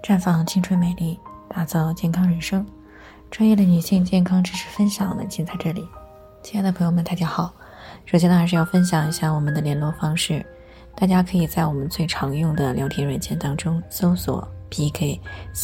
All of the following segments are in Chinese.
绽放青春美丽，打造健康人生。专业的女性健康知识分享呢，尽在这里。亲爱的朋友们，大家好。首先呢，还是要分享一下我们的联络方式。大家可以在我们最常用的聊天软件当中搜索 PK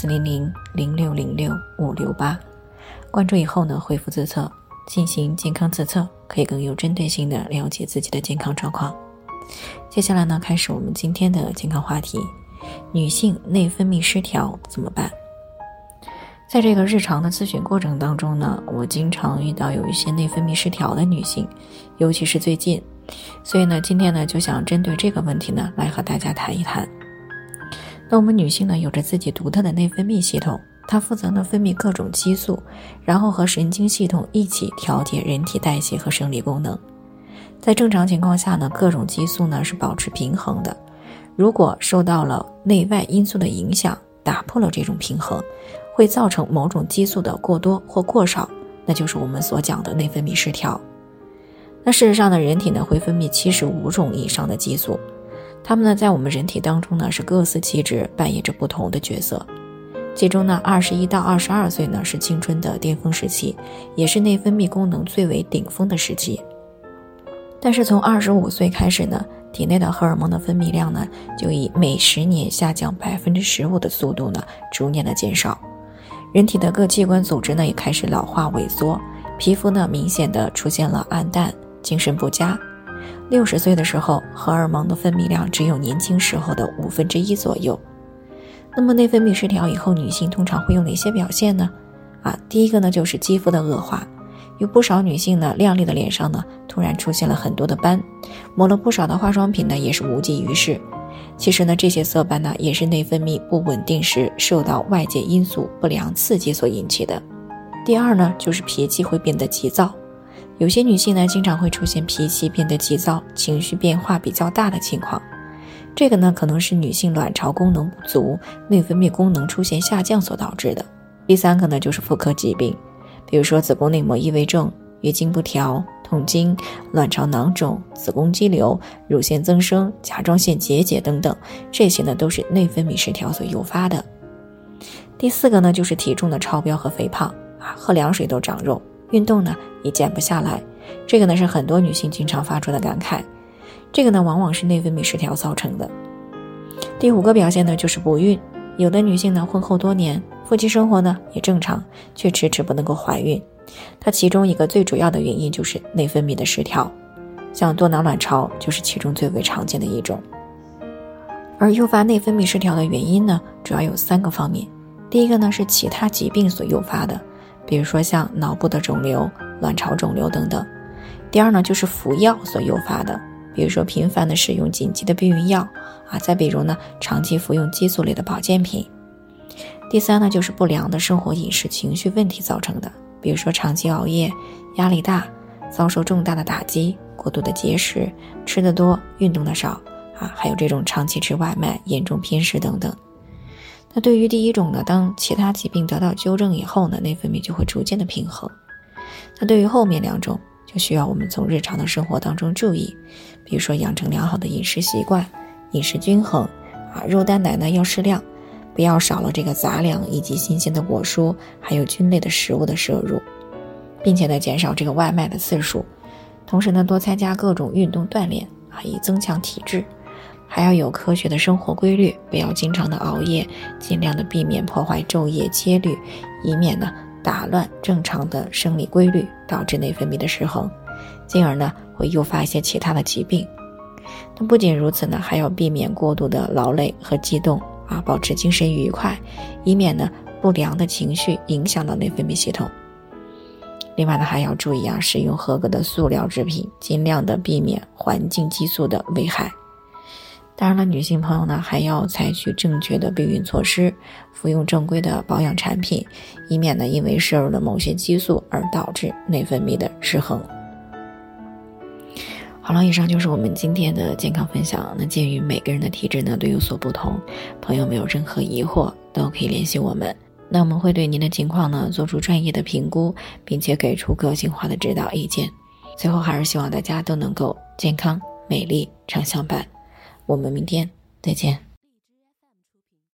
400-0606-568，关注以后呢，回复自测，进行健康自测，可以更有针对性的了解自己的健康状况。接下来呢，开始我们今天的健康话题。女性内分泌失调怎么办？在这个日常的咨询过程当中呢，我经常遇到有一些内分泌失调的女性，尤其是最近，所以呢，今天呢就想针对这个问题呢来和大家谈一谈。那我们女性呢有着自己独特的内分泌系统，它负责呢分泌各种激素，然后和神经系统一起调节人体代谢和生理功能。在正常情况下呢，各种激素呢是保持平衡的。如果受到了内外因素的影响，打破了这种平衡，会造成某种激素的过多或过少，那就是我们所讲的内分泌失调。那事实上呢，人体呢会分泌75种以上的激素，它们呢在我们人体当中呢是各司其职，扮演着不同的角色。其中呢21到22岁呢是青春的巅峰时期，也是内分泌功能最为顶峰的时期。但是从25岁开始呢，体内的荷尔蒙的分泌量呢就以每10年下降 15% 的速度呢逐年的减少。人体的各器官组织呢也开始老化萎缩，皮肤呢明显的出现了暗淡，精神不佳。60岁的时候，荷尔蒙的分泌量只有年轻时候的1/5左右。那么内分泌失调以后，女性通常会有哪些表现呢？第一个呢就是肌肤的恶化。有不少女性呢，亮丽的脸上呢，突然出现了很多的斑，抹了不少的化妆品呢，也是无济于事。其实呢，这些色斑呢，也是内分泌不稳定时受到外界因素不良刺激所引起的。第二呢，就是脾气会变得急躁。有些女性呢，经常会出现脾气变得急躁，情绪变化比较大的情况。这个呢，可能是女性卵巢功能不足、内分泌功能出现下降所导致的。第三个呢，就是妇科疾病。比如说子宫内膜异位症、月经不调、痛经、卵巢囊肿、子宫肌瘤、乳腺增生、甲状腺结节等等，这些呢都是内分泌失调所诱发的。第四个呢就是体重的超标和肥胖，喝凉水都长肉，运动呢也减不下来，这个呢是很多女性经常发出的感慨，这个呢往往是内分泌失调造成的。第五个表现呢就是不孕，有的女性呢婚后多年，夫妻生活呢也正常，却迟迟不能够怀孕。它其中一个最主要的原因就是内分泌的失调，像多囊卵巢就是其中最为常见的一种。而诱发内分泌失调的原因呢，主要有3个方面。第一个呢是其他疾病所诱发的，比如说像脑部的肿瘤、卵巢肿瘤等等。第二呢就是服药所诱发的，比如说频繁的使用紧急的避孕药再比如呢长期服用激素类的保健品。第三呢就是不良的生活饮食情绪问题造成的，比如说长期熬夜、压力大、遭受重大的打击、过度的节食、吃得多、运动的少还有这种长期吃外卖、严重偏食等等。那对于第一种呢，当其他疾病得到纠正以后呢，内分泌就会逐渐的平衡。那对于后面2种，就需要我们从日常的生活当中注意，比如说养成良好的饮食习惯，饮食均衡肉蛋奶呢要适量，不要少了这个杂粮以及新鲜的果蔬，还有菌类的食物的摄入，并且呢减少这个外卖的次数。同时呢多参加各种运动锻炼以增强体质。还要有科学的生活规律，不要经常的熬夜，尽量的避免破坏昼夜节律，以免呢打乱正常的生理规律，导致内分泌的失衡，进而呢会诱发一些其他的疾病。那不仅如此呢，还要避免过度的劳累和激动保持精神愉快，以免呢不良的情绪影响到内分泌系统。另外呢还要注意使用合格的塑料制品，尽量的避免环境激素的危害。当然了，女性朋友呢还要采取正确的避孕措施，服用正规的保养产品，以免呢因为摄入了某些激素而导致内分泌的失衡。好了，以上就是我们今天的健康分享。那鉴于每个人的体质呢都有所不同，朋友们有任何疑惑都可以联系我们，那我们会对您的情况呢做出专业的评估，并且给出个性化的指导意见。最后还是希望大家都能够健康美丽常相伴。我们明天再见。